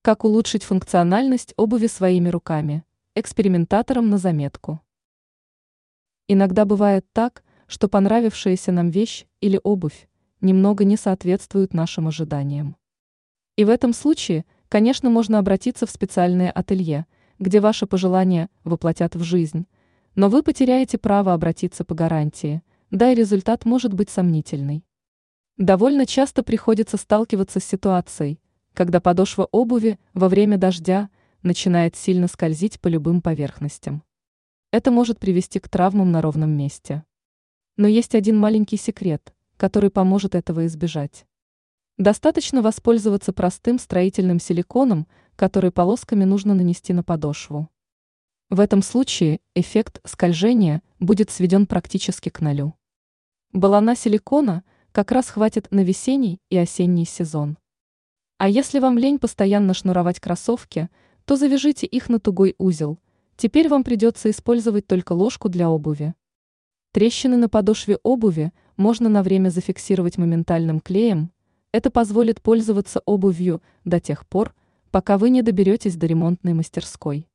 Как улучшить функциональность обуви своими руками? Экспериментаторам на заметку. Иногда бывает так, что понравившаяся нам вещь или обувь немного не соответствуют нашим ожиданиям. И в этом случае, конечно, можно обратиться в специальное ателье, где ваши пожелания воплотят в жизнь, но вы потеряете право обратиться по гарантии, да и результат может быть сомнительный. Довольно часто приходится сталкиваться с ситуацией, когда подошва обуви во время дождя начинает сильно скользить по любым поверхностям. Это может привести к травмам на ровном месте. Но есть один маленький секрет, который поможет этого избежать. Достаточно воспользоваться простым строительным силиконом, который полосками нужно нанести на подошву. В этом случае эффект скольжения будет сведен практически к нулю. Баллона силикона как раз хватит на весенний и осенний сезон. А если вам лень постоянно шнуровать кроссовки, то завяжите их на тугой узел. Теперь вам придется использовать только ложку для обуви. Трещины на подошве обуви можно на время зафиксировать моментальным клеем. Это позволит пользоваться обувью до тех пор, пока вы не доберетесь до ремонтной мастерской.